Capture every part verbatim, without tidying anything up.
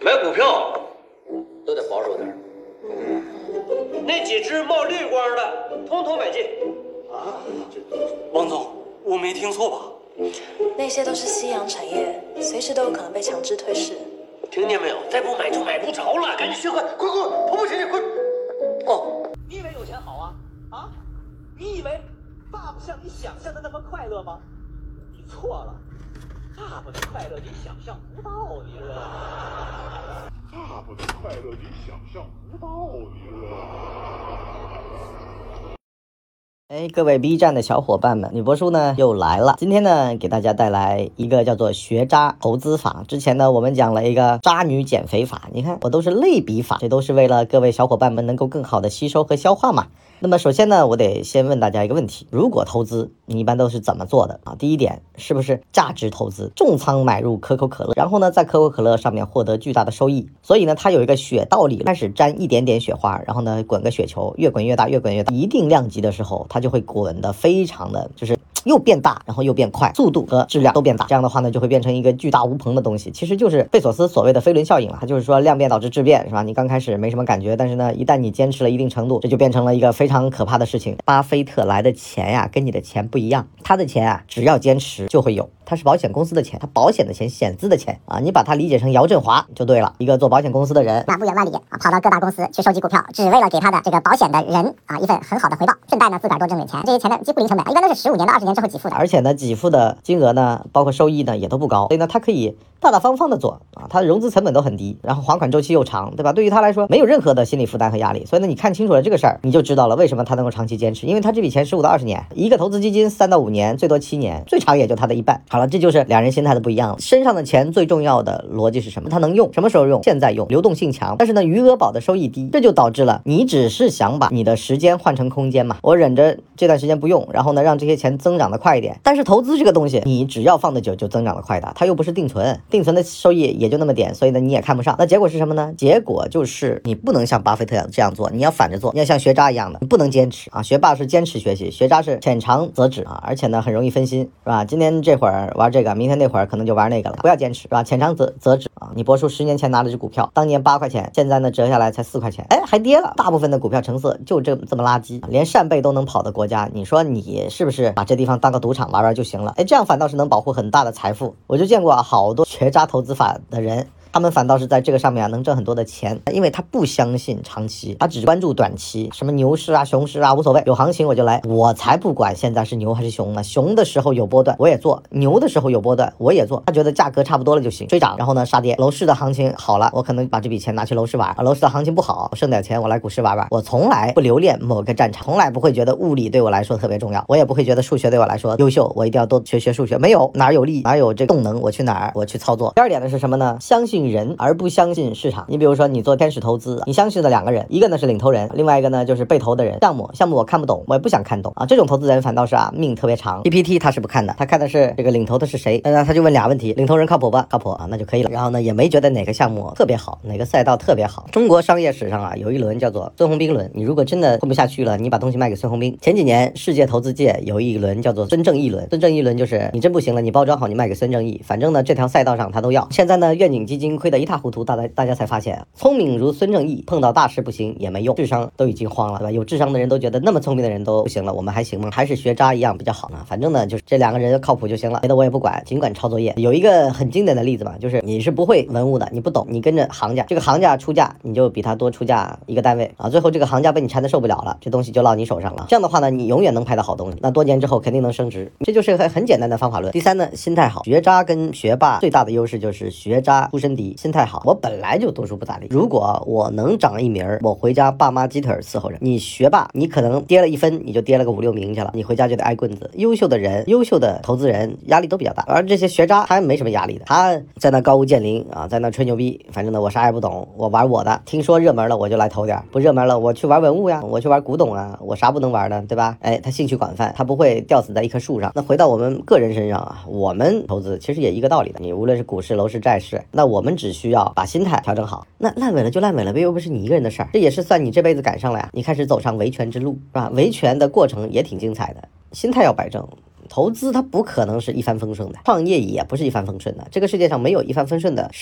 买股票都得保守点，那几只冒绿光的，通通买进。啊，这王总，我没听错吧？ 那些都是夕阳产业，随时都有可能被强制退市。 听见没有？再不买就买不着了，赶紧学会，快快，跑步前去，快！哦， 你以为有钱好啊？啊？你以为爸爸像你想象的那么快乐吗？你错了，爸爸的快乐你想象不到，你知道吗？ 爸爸的快乐你想象不到，你知道吗？ 哎，各位 B 站的小伙伴们，女博叔呢又来了。今天呢，给大家带来一个叫做学渣投资法。之前呢，我们讲了一个渣女减肥法，你看我都是类比法，这都是为了各位小伙伴们能够更好的吸收和消化嘛。那么首先呢，我得先问大家一个问题：如果投资，你一般都是怎么做的啊？第一点，是不是价值投资，重仓买入可口可乐，然后呢，在可口可乐上面获得巨大的收益？所以呢，它有一个雪道理，开始沾一点点雪花，然后呢，滚个雪球，越滚越大，越滚越大，一定量级的时候，它就会滚得非常的，就是又变大，然后又变快，速度和质量都变大。这样的话呢，就会变成一个巨大无朋的东西。其实就是贝索斯所谓的飞轮效应了，它就是说量变导致质变，是吧？你刚开始没什么感觉，但是呢，一旦你坚持了一定程度，这就变成了一个非常可怕的事情。巴菲特来的钱呀，跟你的钱不一样，他的钱啊，只要坚持就会有。他是保险公司的钱，他保险的钱，险资的钱啊，你把它理解成姚振华就对了。一个做保险公司的人， 那不远万里啊，跑到各大公司去收集股票，只为了给他的这个保险的人啊一份很好的回报，顺带呢自个儿多挣点钱。这些钱呢几乎零成本，一般都是十五年到二十年之后给付的。 而且呢，给付的金额呢，包括收益呢也都不高，所以呢，他可以大大方方的做啊，他的融资成本都很低，然后还款周期又长，对吧？对于他来说没有任何的心理负担和压力。所以呢，你看清楚了这个事儿，你就知道了为什么他能够长期坚持，因为他这笔钱十五到二十年，一个投资基金三到五年，最多七年，最长也就他的一半。好了，这就是两人心态的不一样了。身上的钱最重要的逻辑是什么？它能用，什么时候用？现在用，流动性强。但是呢，余额宝的收益低，这就导致了你只是想把你的时间换成空间嘛。我忍着这段时间不用，然后呢，让这些钱增长的快一点。但是投资这个东西，你只要放得久就增长的快的，它又不是定存，定存的收益也就那么点，所以呢，你也看不上。那结果是什么呢？结果就是你不能像巴菲特这样做，你要反着做，你要像学渣一样的，你不能坚持啊。学霸是坚持学习，学渣是浅尝辄止啊，而且呢，很容易分心，是吧？今天这会儿玩这个，明天那会儿可能就玩那个了，不要坚持，是吧？浅尝辄辄止啊。你博叔十年前拿了只股票，当年八块钱，现在呢折下来才四块钱，哎，还跌了。大部分的股票成色就这这么垃圾，连扇贝都能跑的国家，你说你是不是把这地方当个赌场玩玩就行了？哎，这样反倒是能保护很大的财富。我就见过啊，好多学渣投资法的人。他们反倒是在这个上面啊能挣很多的钱，因为他不相信长期，他只关注短期，什么牛市啊熊市啊无所谓，有行情我就来，我才不管现在是牛还是熊呢。熊的时候有波段我也做，牛的时候有波段我也做。他觉得价格差不多了就行，追涨然后呢杀跌。楼市的行情好了，我可能把这笔钱拿去楼市玩，楼市的行情不好，剩点钱我来股市玩玩。我从来不留恋某个战场，从来不会觉得物理对我来说特别重要，我也不会觉得数学对我来说优秀，我一定要多学学数学。没有，哪有利哪有这个动能我去哪儿我去操作。第二点呢是什么呢？相信人而不相信市场。你比如说你做天使投资，你相信的两个人，一个呢是领头人，另外一个呢就是被投的人。项目项目我看不懂，我也不想看懂啊，这种投资人反倒是啊命特别长。P P T 他是不看的，他看的是这个领头的是谁，那他就问俩问题：领头人靠谱吧？靠谱啊，那就可以了。然后呢也没觉得哪个项目特别好，哪个赛道特别好。中国商业史上啊有一轮叫做孙宏斌轮，你如果真的混不下去了，你把东西卖给孙宏斌。前几年世界投资界有一轮叫做孙正义轮，孙正义轮就是你真不行了，你包装好你卖给孙正义，反正呢这条赛道上他都要。现在呢愿景基金亏得一塌糊涂，大家大家才发现，聪明如孙正义碰到大事不行也没用，智商都已经慌了，对吧？有智商的人都觉得那么聪明的人都不行了，我们还行吗？还是学渣一样比较好呢？反正呢就是这两个人靠谱就行了，别的我也不管，尽管抄作业。有一个很经典的例子嘛，就是你是不会文物的，你不懂，你跟着行家，这个行家出价你就比他多出价一个单位啊，最后这个行家被你缠得受不了了，这东西就落你手上了。这样的话呢，你永远能拍到好东西，那多年之后肯定能升值。这就是很很简单的方法论。第三呢，心态好。学渣跟学霸最大的优势就是学渣出身低，心态好。我本来就读书不咋地，如果我能长一名儿，我回家爸妈鸡腿伺候着。你学霸，你可能跌了一分，你就跌了个五六名去了，你回家就得挨棍子。优秀的人，优秀的投资人压力都比较大，而这些学渣他没什么压力的，他在那高屋建瓴啊，在那吹牛逼，反正呢我啥也不懂，我玩我的，听说热门了我就来投点，不热门了我去玩文物呀，我去玩古董啊，我啥不能玩呢，对吧？哎，他兴趣广泛，他不会吊死在一棵树上。那回到我们个人身上啊，我们投资其实也一个道理的，你无论是股市、楼市、债市，那我们只需要把心态调整好，那烂尾了就烂尾了呗，又不是你一个人的事儿，这也是算你这辈子赶上了呀。你开始走上维权之路，是吧？维权的过程也挺精彩的，心态要摆正。投资它不可能是一帆风顺的，创业也不是一帆风顺的，这个世界上没有一帆风顺的事儿。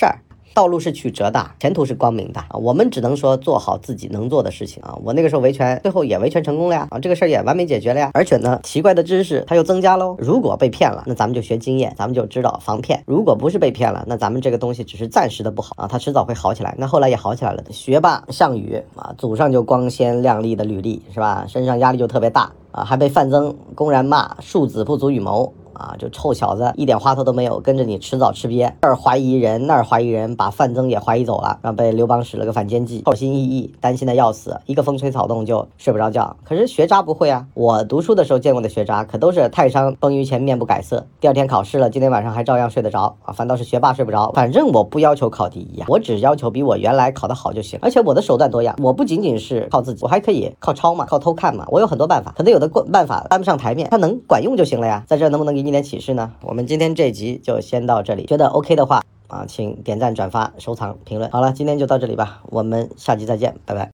道路是曲折的，前途是光明的啊！我们只能说做好自己能做的事情啊！我那个时候维权，最后也维权成功了呀！啊，这个事儿也完美解决了呀！而且呢，奇怪的知识它又增加喽。如果被骗了，那咱们就学经验，咱们就知道防骗；如果不是被骗了，那咱们这个东西只是暂时的不好啊，它迟早会好起来。那后来也好起来了。学霸项羽啊，祖上就光鲜亮丽的履历是吧？身上压力就特别大啊，还被范增公然骂庶子不足与谋。啊，就臭小子，一点花头都没有，跟着你迟早吃瘪。这儿怀疑人，那儿怀疑人，把范增也怀疑走了，然后被刘邦使了个反间计，后心翼翼，担心的要死，一个风吹草动就睡不着觉。可是学渣不会啊，我读书的时候见过的学渣，可都是泰山崩于前面不改色，第二天考试了，今天晚上还照样睡得着啊，反倒是学霸睡不着。反正我不要求考第一啊，我只要求比我原来考得好就行。而且我的手段多样，我不仅仅是靠自己，我还可以靠抄嘛，靠偷看嘛，我有很多办法，可能有的办法搬不上台面，它能管用就行了呀。在这能不能给你点启示呢？我们今天这集就先到这里，觉得 OK 的话啊，请点赞、转发、收藏、评论。好了，今天就到这里吧，我们下集再见，拜拜。